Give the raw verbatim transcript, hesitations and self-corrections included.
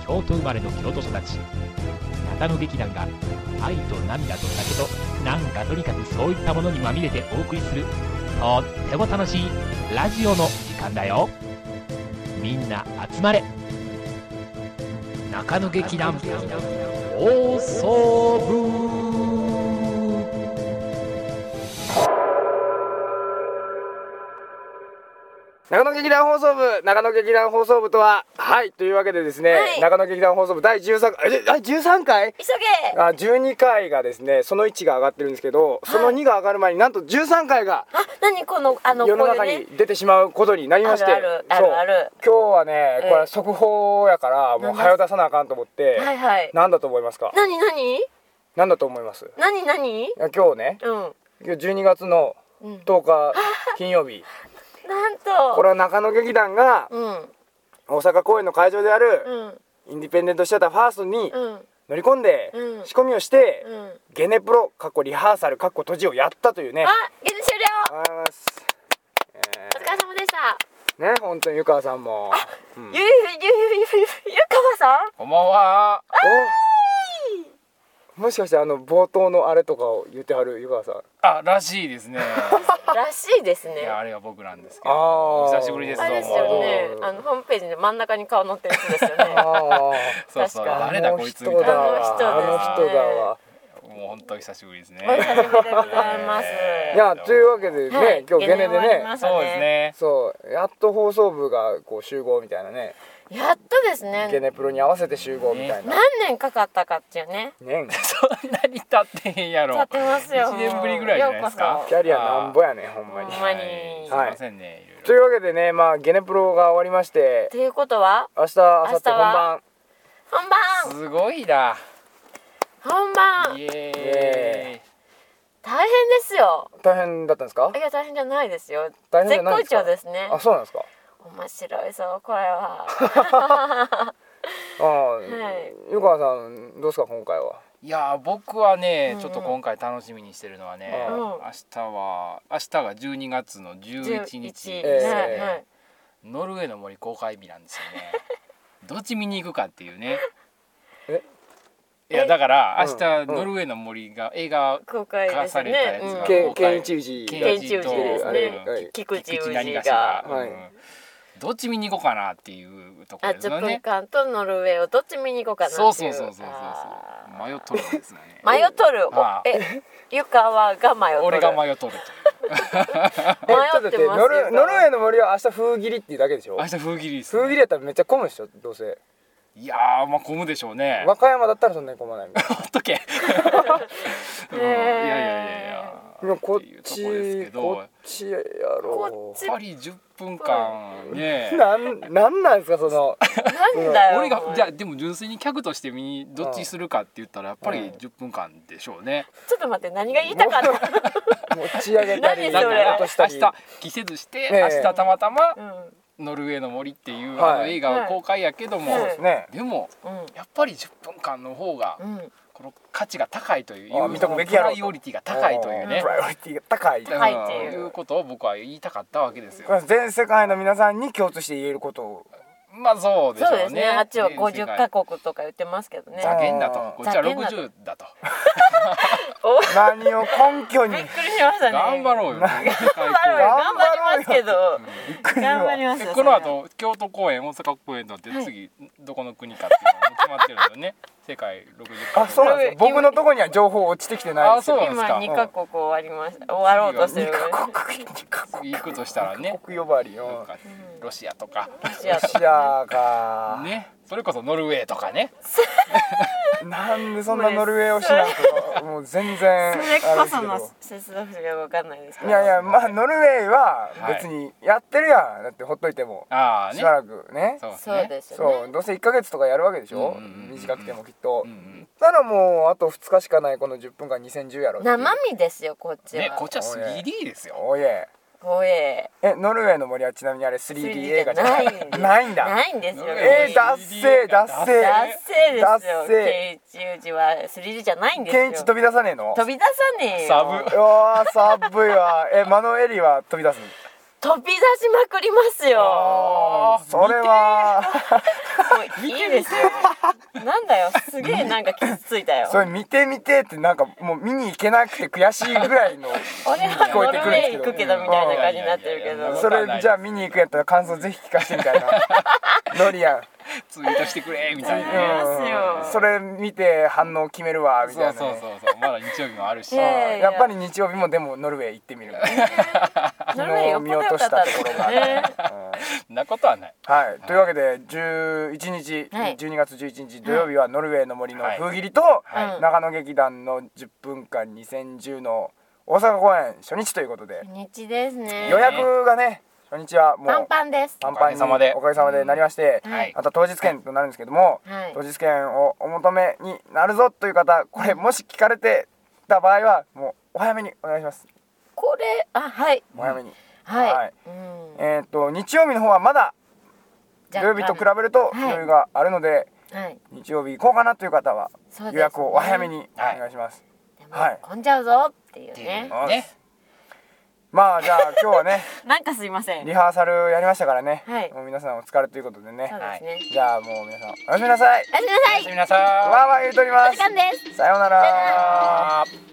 京都生まれの京都育ち、中野劇団が愛と涙と酒となんかとにかくそういったものにまみれてお送りするとっても楽しいラジオの時間だよ。みんな集まれ、中野劇団放送部。 中野劇団放送部、中野劇団放送部とは、はいというわけでですね、はい、中野劇団放送部だいじゅうさんかい、あじゅうさんかい急げあじゅうにかいがですね、そのいちが上がってるんですけど、はい、そのにが上がる前になんとじゅうさんかいがあ何このあの世の中に出てしまうことになりまして、 あるあるあるある、 今日はねこれは速報やからもう早出さなあかんと思って、 はいはい、 何だと思いますか？ 何何何だと思います？ 何何？ 今日ね、うん、今日じゅうにがつのとおか、うん、金曜日なんとこれは中野劇団が大阪公演の会場であるインディペンデントシアターファーストに乗り込んで仕込みをしてゲネプロかっこリハーサルかっこ閉じをやったというね。 あ、ゲネ終了。 ありがとうございます、 えー、お疲れ様でしたね。本当に湯川さんも、 うん、ゆゆゆゆゆ湯川さんこんばんは。 もしかしてあの冒頭のあれとかを言ってはる湯川さん？ あ、らしいですね。 らしいですね。 いや、あれが僕なんですけど。お久しぶりです。 あれですよね。あのホームページで真ん中に顔載ってる人ですよね。 あそうそう。誰だこいつみたいな。 あの人だ。 あの人だわ。 もう本当久しぶりですね。 お久しぶりでございます。 いや、というわけでね、はい、今日ゲネでね、 そうですね。 そう、やっと放送部がこう集合みたいなね。 やっとですね。 ゲネプロに合わせて集合みたいな。 何年かかったかっていうね。 年。 そんなに経ってへんやろ。 経ってますよ。 いちねんぶりぐらいじゃないですか。 キャリアなんぼやね、ほんまに。 ほんまに。 すいませんね。 というわけでね、まあゲネプロが終わりまして。 ということは？ 明日、明後日本番。 本番。 すごいな。 本番。 イエーイ。 大変ですよ。 大変だったんですか？ いや大変じゃないですよ。 大変じゃないですか？ 絶好調ですね。 あ、そうなんですか？ 面白いぞこれは。 ああ、はい、湯川さんどうですか今回は？ いや僕はね、うん、ちょっと今回楽しみにしてるのはね、うん、明日は明日がじゅうにがつのじゅういちにち、えー、ノルウェーの森公開日なんですよね。どっち見に行くかっていうね。えいやだから明日ノルウェーの森が映画化されたやつが公開、 ケンイチウジケンイチウジですね。菊池ウジがどっち見に行こうかなっていうところですよね。 じゅっぷんかんとノルウェーをどっち見に行こうかなっていう。 そうそうそうそうそうそう。迷っとるんですね。 迷っとる。え、湯川が迷っとる。 俺が迷っとる。 迷ってます。 ノルノルウェーの森は明日風切りっていうだけでしょ？ 明日風切りです。 風切りやったらめっちゃ混むでしょどうせ。 いやーまあ混むでしょうね。 和歌山だったらそんなに混まないみたいな。 ほっとけ。いやいやいやいや。 こっちこっちやろ。 やっぱりじゅっぷんかんね。 なんなんなんですかその。 なんだよ。 俺がじゃあでも純粋に客として見にどっちするかって言ったらやっぱりじゅっぷんかんでしょうね。 ちょっと待って何が言いたかった。 持ち上げたり落としたり。明日季節して明日たまたま。ノルウェーの森っていう、はい、あの映画は公開やけども、はい、でも、うん、やっぱりじゅっぷんかんの方が、うん、この価値が高いという、 認めべきやろ。 プライオリティが高いというね、 プライオリティが高いということを僕は言いたかったわけですよ。 これ全世界の皆さんに共通して言えることを。 まあそうでしょうね。 そうですね。あっちはごじゅっかこくとか言ってますけどね。 ざけんだと。こっちはろくじゅうだと。 何を根拠に。 びっくりしましたね。 頑張ろうよ。頑張ろうよ。 頑張りますけど。頑張りますよ。 この後京都公演、大阪公演とって次どこの国かっていうのも決まってるんですよね。世界ろくじゅっかこく。 あ、そうなんです。僕のところには情報落ちてきてないですけど。 今にかこく終わりました。終わろうとしてる。 行くとしたらね。 国呼ばわりよ。 ロシアとか。 ロシアか。 ね。それこそノルウェーとかね。 なんでそんなノルウェーをしないともう全然。 それこその接続詞が分かんないですけど。 いやいや、まあノルウェーは別にやってるやん。だってほっといてもしばらくね。 そうですよね。 そう、どうせいっかげつとかやるわけでしょ。短くてもきっと。ただもうあとふつかしかないこのじゅっぷんかんにせんじゅうやろ。 生身ですよこっちは。 ね、こっちは スリーディー ですよ。 おいえ。 おええ、ノルウェーの森はちなみにあれ スリーディー 映画じゃないないんだ。 ないんですよ。 えー、脱線脱線脱線ですよ。ケンイチウジは スリーディー じゃないんですよ。 ケンイチ飛び出さねえの？ 飛び出さねえよ。 サブ。 うわー、サブいわ。え、マノエリは飛び出す？ 飛び出しまくりますよ。 それはもういいですよ。なんだよ、すげえなんか傷ついたよ。 それ見て見てってなんかもう見に行けなくて悔しいぐらいの俺はノルウェー行くけどみたいな感じになってるけど。 それじゃあ見に行くやったら感想ぜひ聞かせてみたいなノリやん。 ツイートしてくれみたいな、 うん、それ見て反応決めるわみたいな、ね、 そうそうそうそうまだ日曜日もあるし、 やっぱり日曜日もでもノルウェー行ってみるノルウェーよっぽど良かったところがねそんなことはない。 はい、というわけでじゅういちにち、はい、じゅうにがつじゅういちにち土曜日はノルウェーの森の封切りと、はい、長野劇団のじゅっぷんかんにせんじゅうの大阪公演初日ということで、 初日ですね。 予約がね初日はもうパンパンです。 パンパンにおかげさまでなりまして、 はい、 あと当日券となるんですけども、はい、当日券をお求めになるぞという方、これもし聞かれてた場合はもうお早めにお願いします。 これあはいお早めに、 はい、 はい、うん、えっと日曜日の方はまだ土曜日と比べると余裕があるので、はい、日曜日行こうかなという方は予約をお早めにお願いします。 はい、混んじゃうぞっていうね。 ね、まあじゃあ今日はねなんかすいませんリハーサルやりましたからね、 はい、 もう皆さんお疲れということでね、 そうですね、 じゃあもう皆さんおやすみなさい。 おやすみなさい。 おやすみなさい。 わーわー言うとります。 お時間です。 さようなら。